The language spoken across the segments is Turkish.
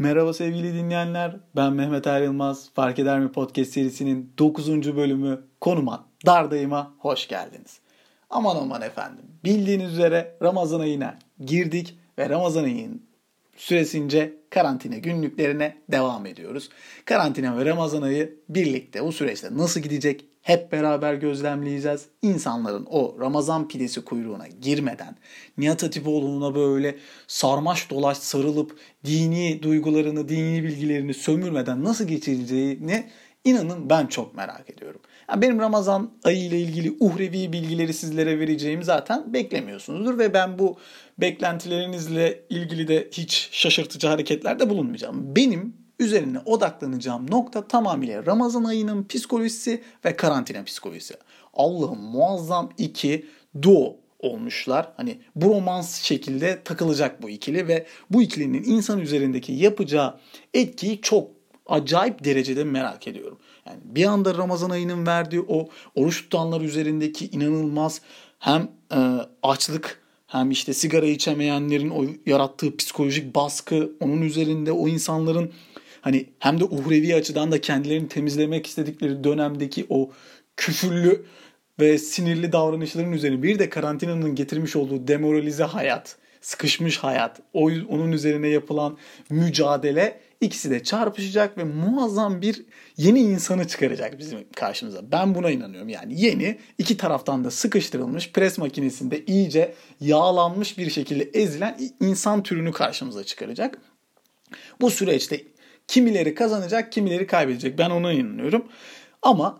Merhaba sevgili dinleyenler, ben Mehmet Yılmaz. Fark Eder mi Podcast serisinin 9. bölümü konuma Dardayım'a hoş geldiniz. Aman efendim, bildiğiniz üzere Ramazan ayına girdik ve Ramazan ayının süresince karantina günlüklerine devam ediyoruz. Karantina ve Ramazan ayı birlikte bu süreçte nasıl gidecek hep beraber gözlemleyeceğiz. İnsanların o Ramazan pidesi kuyruğuna girmeden, Nihat Hatipoğlu'na böyle sarmaş dolaş sarılıp dini duygularını, dini bilgilerini sömürmeden nasıl geçireceğini inanın ben çok merak ediyorum. Yani benim Ramazan ayı ile ilgili uhrevi bilgileri sizlere vereceğimi zaten beklemiyorsunuzdur ve ben bu beklentilerinizle ilgili de hiç şaşırtıcı hareketlerde bulunmayacağım. Benim üzerine odaklanacağım nokta tamamıyla Ramazan ayının psikolojisi ve karantina psikolojisi. Allah'ım muazzam iki duo olmuşlar. Hani bromans şekilde takılacak bu ikili ve bu ikilinin insan üzerindeki yapacağı etkiyi çok acayip derecede merak ediyorum. Yani bir anda Ramazan ayının verdiği o oruç tutanlar üzerindeki inanılmaz hem açlık hem işte sigara içemeyenlerin o yarattığı psikolojik baskı, onun üzerinde o insanların hani hem de uhrevi açıdan da kendilerini temizlemek istedikleri dönemdeki o küfürlü ve sinirli davranışların üzerine bir de karantinanın getirmiş olduğu demoralize hayat, sıkışmış hayat, onun üzerine yapılan mücadele ikisi de çarpışacak ve muazzam bir yeni insanı çıkaracak bizim karşımıza. Ben buna inanıyorum. Yani yeni, iki taraftan da sıkıştırılmış, pres makinesinde iyice yağlanmış bir şekilde ezilen insan türünü karşımıza çıkaracak. Bu süreçte kimileri kazanacak, kimileri kaybedecek. Ben ona inanıyorum. Ama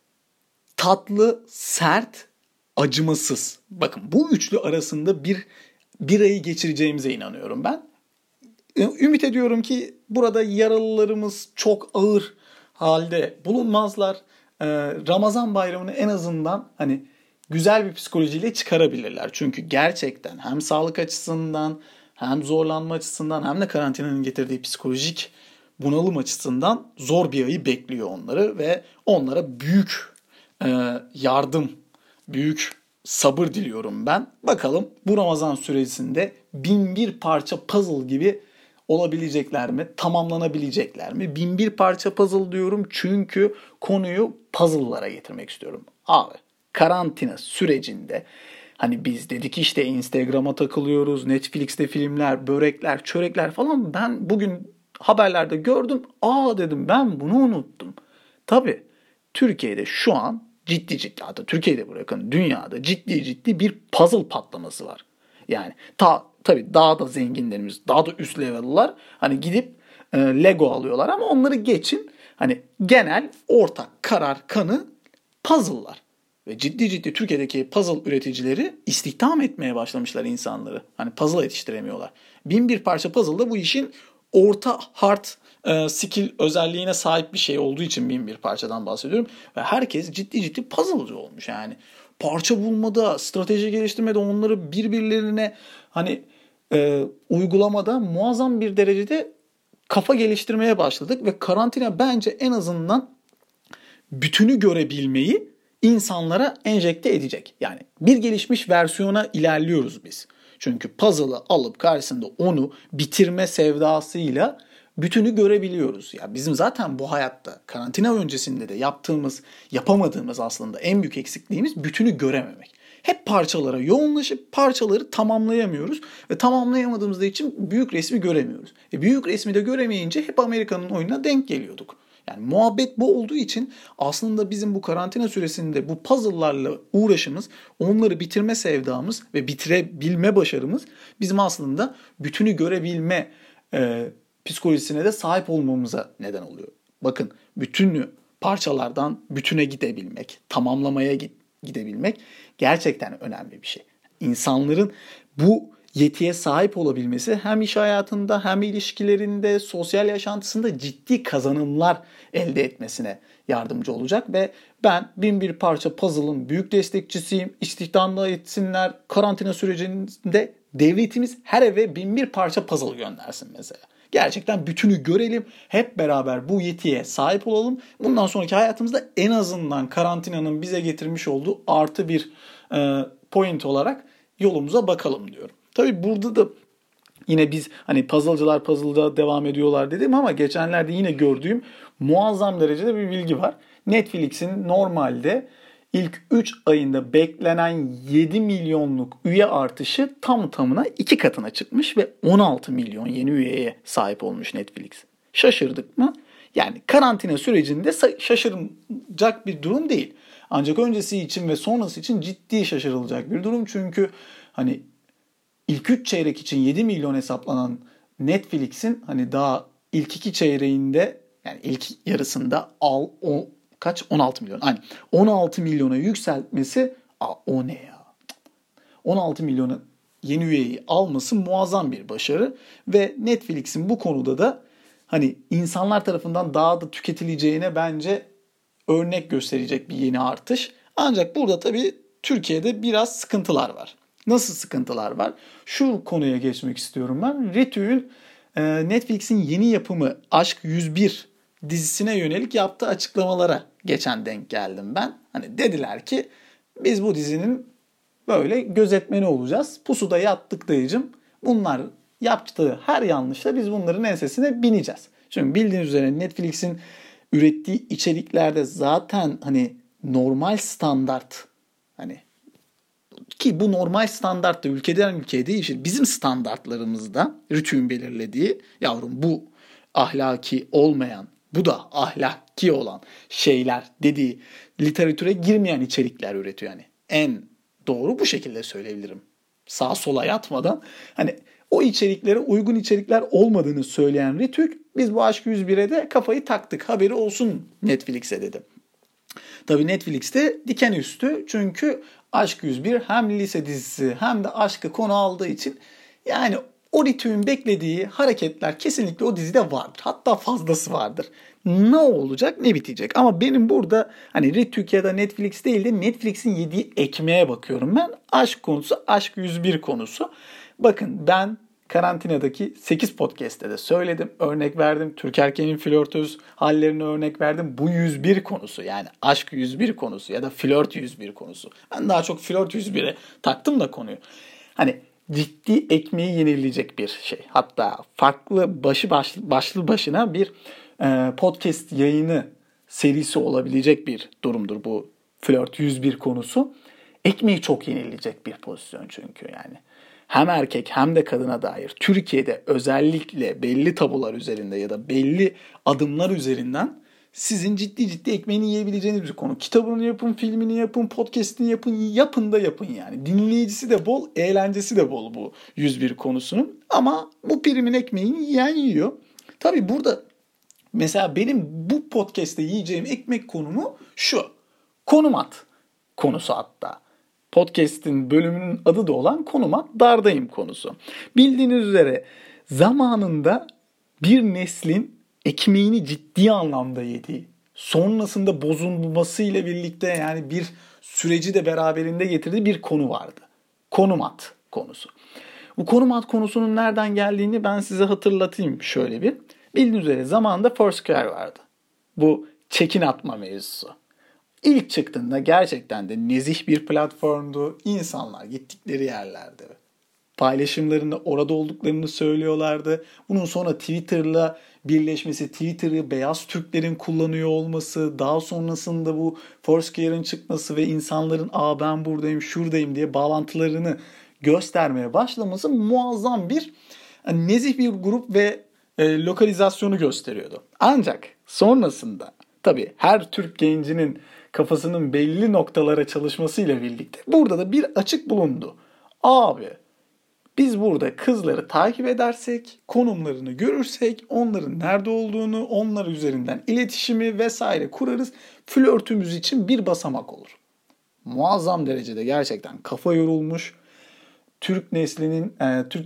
tatlı, sert, acımasız. Bakın bu üçlü arasında bir ayı geçireceğimize inanıyorum ben. Ümit ediyorum ki burada yaralılarımız çok ağır halde bulunmazlar. Ramazan bayramını en azından hani güzel bir psikolojiyle çıkarabilirler. Çünkü gerçekten hem sağlık açısından hem zorlanma açısından hem de karantinanın getirdiği psikolojik bunalım açısından zor bir ayı bekliyor onları ve onlara büyük yardım, büyük sabır diliyorum ben. Bakalım bu Ramazan süresinde 1001 parça puzzle gibi olabilecekler mi? Tamamlanabilecekler mi? 1001 parça puzzle diyorum çünkü konuyu puzzle'lara getirmek istiyorum. Abi karantina sürecinde hani biz dedik işte Instagram'a takılıyoruz, Netflix'te filmler, börekler, çörekler falan. Ben bugün haberlerde gördüm. Dedim ben bunu unuttum. Tabii Türkiye'de şu an ciddi hatta Türkiye'de bırakın dünyada ciddi bir puzzle patlaması var. Yani tabii daha da zenginlerimiz, daha da üst level'lar hani gidip Lego alıyorlar ama onları geçin. Hani genel ortak karar kanı puzzle'lar. Ve ciddi Türkiye'deki puzzle üreticileri istihdam etmeye başlamışlar insanları. Hani puzzle yetiştiremiyorlar. 1001 parça puzzle da bu işin orta hard skill özelliğine sahip bir şey olduğu için 1001 parçadan bahsediyorum. Ve herkes ciddi puzzle'cı olmuş yani. Parça bulmada, strateji geliştirmede onları birbirlerine hani uygulamada muazzam bir derecede kafa geliştirmeye başladık. Ve karantina bence en azından bütünü görebilmeyi insanlara enjekte edecek. Yani bir gelişmiş versiyona ilerliyoruz biz. Çünkü puzzle'ı alıp karşısında onu bitirme sevdasıyla bütünü görebiliyoruz. Ya bizim zaten bu hayatta karantina öncesinde de yapamadığımız aslında en büyük eksikliğimiz bütünü görememek. Hep parçalara yoğunlaşıp parçaları tamamlayamıyoruz ve tamamlayamadığımız için büyük resmi göremiyoruz. Büyük resmi de göremeyince hep Amerika'nın oyununa denk geliyorduk. Yani muhabbet bu olduğu için aslında bizim bu karantina süresinde bu puzzle'larla uğraşımız, onları bitirme sevdamız ve bitirebilme başarımız bizim aslında bütünü görebilme psikolojisine de sahip olmamıza neden oluyor. Bakın bütünü parçalardan bütüne gidebilmek, tamamlamaya gidebilmek gerçekten önemli bir şey. İnsanların bu yetiye sahip olabilmesi hem iş hayatında hem ilişkilerinde, sosyal yaşantısında ciddi kazanımlar elde etmesine yardımcı olacak ve ben 1001 parça puzzle'ın büyük destekçisiyim. İstihdamda etsinler. Karantina sürecinde devletimiz her eve 1001 parça puzzle göndersin mesela. Gerçekten bütünü görelim. Hep beraber bu yetiye sahip olalım. Bundan sonraki hayatımızda en azından karantinanın bize getirmiş olduğu artı bir point olarak yolumuza bakalım diyorum. Tabii burada da Yine biz hani puzzle'da devam ediyorlar dedim ama geçenlerde yine gördüğüm muazzam derecede bir bilgi var. Netflix'in normalde ilk 3 ayında beklenen 7 milyonluk üye artışı tam tamına 2 katına çıkmış ve 16 milyon yeni üyeye sahip olmuş Netflix. Şaşırdık mı? Yani karantina sürecinde şaşıracak bir durum değil. Ancak öncesi için ve sonrası için ciddi şaşırılacak bir durum. Çünkü hani ilk 3 çeyrek için 7 milyon hesaplanan Netflix'in hani daha ilk 2 çeyreğinde yani ilk yarısında 16 milyon. Hani 16 milyona yükseltmesi o ne ya? 16 milyona yeni üyeyi alması muazzam bir başarı ve Netflix'in bu konuda da hani insanlar tarafından daha da tüketileceğine bence örnek gösterecek bir yeni artış. Ancak burada tabii Türkiye'de biraz sıkıntılar var. Nasıl sıkıntılar var? Şu konuya geçmek istiyorum ben. Ritü'nün Netflix'in yeni yapımı Aşk 101 dizisine yönelik yaptığı açıklamalara geçen denk geldim ben. Hani dediler ki biz bu dizinin böyle gözetmeni olacağız. Pusuda yattık dayıcım. Bunlar yaptığı her yanlışla biz bunların ensesine bineceğiz. Çünkü bildiğiniz üzere Netflix'in ürettiği içeriklerde zaten hani normal standart hani ki bu normal standart da ülkeden ülkeye değişir. Bizim standartlarımızda Rütü'nün belirlediği yavrum bu ahlaki olmayan bu da ahlaki olan şeyler dediği literatüre girmeyen içerikler üretiyor yani. En doğru bu şekilde söyleyebilirim. Sağa sola yatmadan hani o içeriklere uygun içerikler olmadığını söyleyen Ritük biz bu Aşk 101'e de kafayı taktık haberi olsun Netflix'e dedi. Tabii Netflix'te diken üstü çünkü Aşk 101 hem lise dizisi hem de aşkı konu aldığı için yani o Ritük'ün beklediği hareketler kesinlikle o dizide vardır. Hatta fazlası vardır. Ne olacak ne bitecek ama benim burada hani Ritük ya da Netflix değil de Netflix'in yediği ekmeğe bakıyorum ben. Aşk konusu Aşk 101 konusu. Bakın ben karantinadaki 8 podcast'te de söyledim, örnek verdim. Türk erkeğinin flörtöz hallerine örnek verdim. Bu 101 konusu yani aşk 101 konusu ya da flört 101 konusu. Ben daha çok flört 101'e taktım da konuyu. Hani ciddi ekmeği yenilecek bir şey. Hatta farklı başlı başına bir podcast yayını serisi olabilecek bir durumdur bu flört 101 konusu. Ekmeği çok yenilecek bir pozisyon çünkü yani. Hem erkek hem de kadına dair Türkiye'de özellikle belli tabular üzerinde ya da belli adımlar üzerinden sizin ciddi ekmeğini yiyebileceğiniz bir konu. Kitabını yapın, filmini yapın, podcast'ini yapın, yapın da yapın yani. Dinleyicisi de bol, eğlencesi de bol bu 101 konusunun. Ama bu primin ekmeğini yiyen yiyor. Tabii burada mesela benim bu podcast'te yiyeceğim ekmek konumu şu. Konum at konusu hatta. Podcast'in bölümünün adı da olan Konum At Dardayım konusu. Bildiğiniz üzere zamanında bir neslin ekmeğini ciddi anlamda yediği, sonrasında bozulmasıyla birlikte yani bir süreci de beraberinde getirdiği bir konu vardı. Konum At konusu. Bu Konum At konusunun nereden geldiğini ben size hatırlatayım şöyle bir. Bildiğiniz üzere zamanında Foursquare vardı. Bu check-in atma mevzusu. İlk çıktığında gerçekten de nezih bir platformdu. İnsanlar gittikleri yerlerde paylaşımlarında orada olduklarını söylüyorlardı. Bunun sonra Twitter'la birleşmesi, Twitter'ı beyaz Türklerin kullanıyor olması, daha sonrasında bu Foursquare'ın çıkması ve insanların ben buradayım, şuradayım diye bağlantılarını göstermeye başlaması muazzam bir nezih bir grup ve lokalizasyonu gösteriyordu. Ancak sonrasında tabii her Türk gencinin kafasının belli noktalara çalışmasıyla birlikte burada da bir açık bulundu. Abi biz burada kızları takip edersek, konumlarını görürsek, onların nerede olduğunu, onlar üzerinden iletişimi vesaire kurarız. Flörtümüz için bir basamak olur. Muazzam derecede gerçekten kafa yorulmuş Türk neslinin, Türk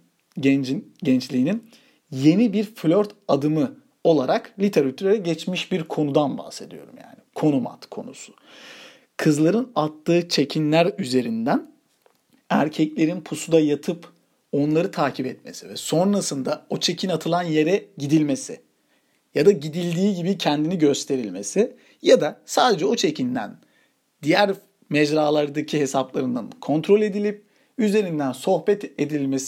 gençliğinin yeni bir flört adımı olarak literatüre geçmiş bir konudan bahsediyorum yani. Konum at konusu. Kızların attığı çekinler üzerinden erkeklerin pusuda yatıp onları takip etmesi ve sonrasında o çekin atılan yere gidilmesi ya da gidildiği gibi kendini gösterilmesi ya da sadece o çekinden diğer mecralardaki hesaplarından kontrol edilip üzerinden sohbet edilmesi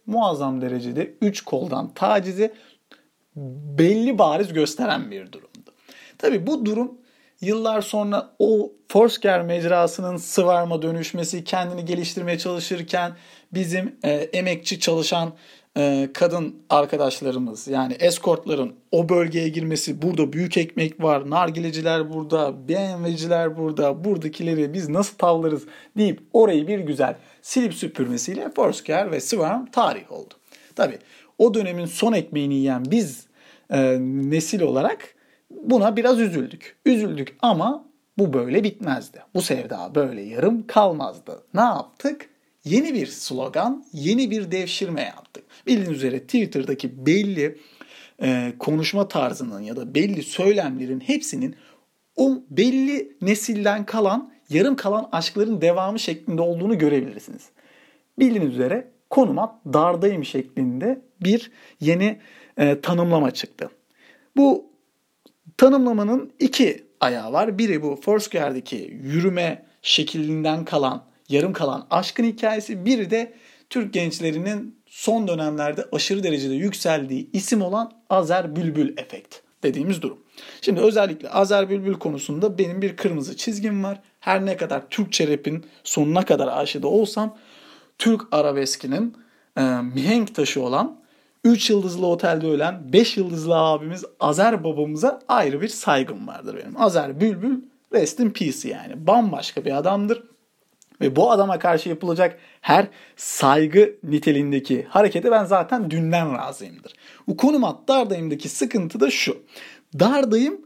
muazzam derecede 3 koldan tacizi belli bariz gösteren bir durumdu. Tabii bu durum yıllar sonra o Foursquare mecrasının sıvarma dönüşmesi, kendini geliştirmeye çalışırken bizim emekçi çalışan kadın arkadaşlarımız, yani eskortların o bölgeye girmesi, burada büyük ekmek var, nargileciler burada, BMW'ciler burada, buradakileri biz nasıl tavlarız deyip orayı bir güzel silip süpürmesiyle Foursquare ve Swarm tarih oldu. Tabii o dönemin son ekmeğini yiyen biz nesil olarak buna biraz üzüldük. Üzüldük ama bu böyle bitmezdi. Bu sevda böyle yarım kalmazdı. Ne yaptık? Yeni bir slogan, yeni bir devşirme yaptık. Bildiğiniz üzere Twitter'daki belli konuşma tarzının ya da belli söylemlerin hepsinin o belli nesilden kalan, yarım kalan aşkların devamı şeklinde olduğunu görebilirsiniz. Bildiğiniz üzere konum at dardayım şeklinde bir yeni tanımlama çıktı. Bu tanımlamanın iki ayağı var. Biri bu Foursquare'daki yürüme şeklinden kalan, yarım kalan aşkın hikayesi. Biri de Türk gençlerinin son dönemlerde aşırı derecede yükseldiği isim olan Azer Bülbül efekt dediğimiz durum. Şimdi özellikle Azer Bülbül konusunda benim bir kırmızı çizgim var. Her ne kadar Türkçe rap'in sonuna kadar aşığı olsam, Türk arabeskinin mihenk taşı olan 3 yıldızlı otelde ölen 5 yıldızlı abimiz Azer babamıza ayrı bir saygım vardır benim. Azer Bülbül rest in peace yani. Bambaşka bir adamdır. Ve bu adama karşı yapılacak her saygı niteliğindeki harekete ben zaten dünden razıyımdır. Bu konum at dardayımdaki sıkıntı da şu. Dardayım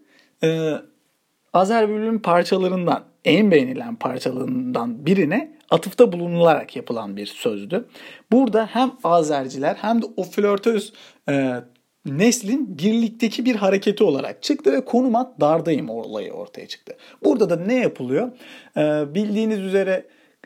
Azer Bülbül'ün parçalarından, en beğenilen parçalarından birine atıfta bulunularak yapılan bir sözdü. Burada hem Azerciler hem de o flörtöz neslin birlikteki bir hareketi olarak çıktı ve konum at dardayım olayı ortaya çıktı. Burada da ne yapılıyor? Bildiğiniz üzere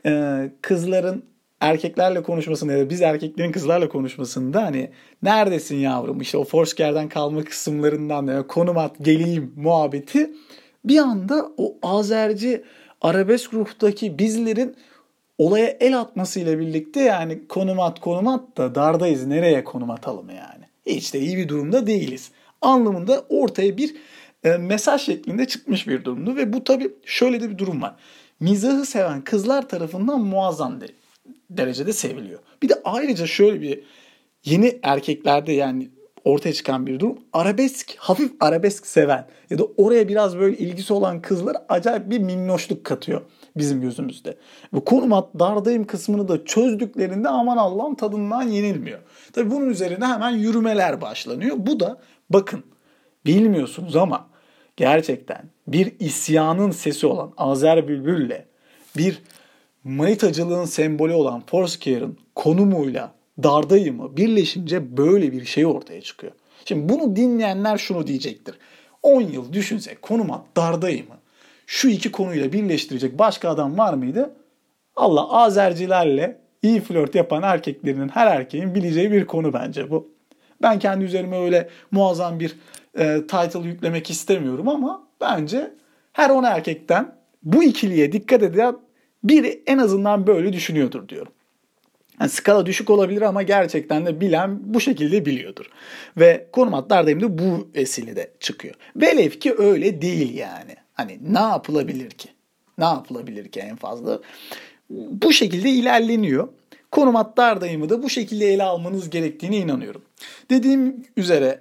kızların erkeklerle konuşmasında ya da biz erkeklerin kızlarla konuşmasında hani neredesin yavrum, işte o Foursquare'den kalma kısımlarından ya, konum at geleyim muhabbeti bir anda o Azerci arabesk ruhtaki bizlerin olaya el atmasıyla birlikte yani konum at da dardayız, nereye konum atalım yani. Hiç de iyi bir durumda değiliz anlamında ortaya bir mesaj şeklinde çıkmış bir durumdu ve bu tabii şöyle de bir durum var. Mizahı seven kızlar tarafından muazzam derecede seviliyor. Bir de ayrıca şöyle bir yeni erkeklerde yani ortaya çıkan bir durum. Arabesk, hafif arabesk seven ya da oraya biraz böyle ilgisi olan kızlar acayip bir minnoşluk katıyor bizim gözümüzde. Bu konum at dardayım kısmını da çözdüklerinde aman Allah'ım tadından yenilmiyor. Tabii bunun üzerine hemen yürümeler başlanıyor. Bu da bakın bilmiyorsunuz ama gerçekten bir isyanın sesi olan Azer Bülbül'le bir manitacılığın sembolü olan Foursquare'ın konumuyla dardayımı birleşince böyle bir şey ortaya çıkıyor. Şimdi bunu dinleyenler şunu diyecektir. 10 yıl düşünsek konum at dardayımı şu iki konuyla birleştirecek başka adam var mıydı? Allah, Azercilerle iyi flört yapan erkeklerinin, her erkeğin bileceği bir konu bence bu. Ben kendi üzerime öyle muazzam bir title yüklemek istemiyorum ama bence her 10 erkekten bu ikiliye dikkat eden biri en azından böyle düşünüyordur diyorum. Yani skala düşük olabilir ama gerçekten de bilen bu şekilde biliyordur. Ve konum at dardayım da bu vesilede çıkıyor. Velev ki öyle değil yani. Hani ne yapılabilir ki? Ne yapılabilir ki en fazla? Bu şekilde ilerleniyor. Konum at dardayımı da bu şekilde ele almanız gerektiğine inanıyorum. Dediğim üzere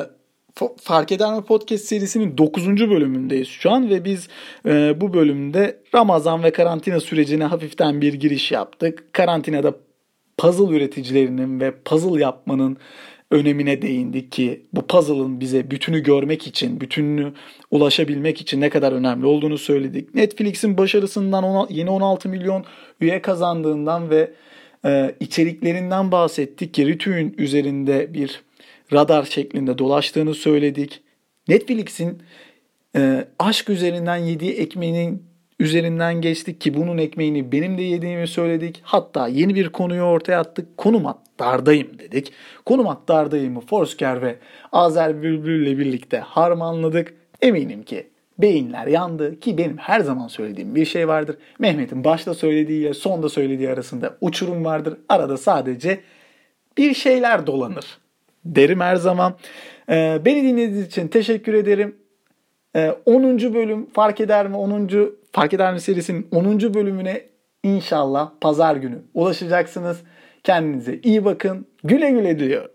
Fark Eder mi Podcast serisinin 9. bölümündeyiz şu an ve biz bu bölümde Ramazan ve karantina sürecine hafiften bir giriş yaptık. Karantinada puzzle üreticilerinin ve puzzle yapmanın önemine değindik ki bu puzzle'ın bize bütünü görmek için, bütününü ulaşabilmek için ne kadar önemli olduğunu söyledik. Netflix'in başarısından yeni 16 milyon üye kazandığından ve içeriklerinden bahsettik ki Rütü'nün üzerinde bir radar şeklinde dolaştığını söyledik. Netflix'in aşk üzerinden yediği ekmeğinin üzerinden geçtik ki bunun ekmeğini benim de yediğimi söyledik. Hatta yeni bir konuyu ortaya attık. Konum at dardayım dedik. Konum at dardayımı Foursquare ve Azer Bülbül'le birlikte harmanladık. Eminim ki beyinler yandı ki benim her zaman söylediğim bir şey vardır. Mehmet'in başta söylediğiyle sonda söylediği arasında uçurum vardır. Arada sadece bir şeyler dolanır derim her zaman. Beni dinlediğiniz için teşekkür ederim. 10. bölüm Fark Eder mi? Fark Eder mi serisinin 10. bölümüne inşallah pazar günü ulaşacaksınız. Kendinize iyi bakın. Güle güle diliyorum.